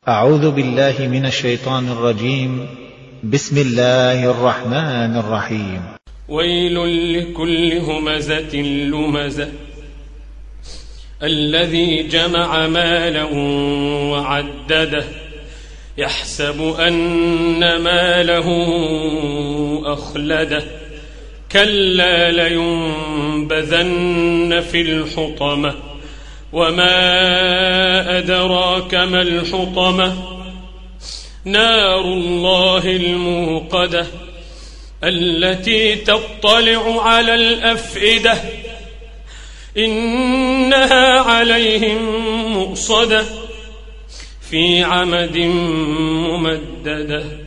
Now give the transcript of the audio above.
أعوذ بالله من الشيطان الرجيم. بسم الله الرحمن الرحيم. ويل لكل همزة لمزة الذي جمع مالا وعدده يحسب أن ماله أخلده كلا لينبذن في الحطمة وما أدراك ما الحطمة نار الله الموقدة التي تطلع على الأفئدة إنها عليهم مؤصدة في عمد ممددة.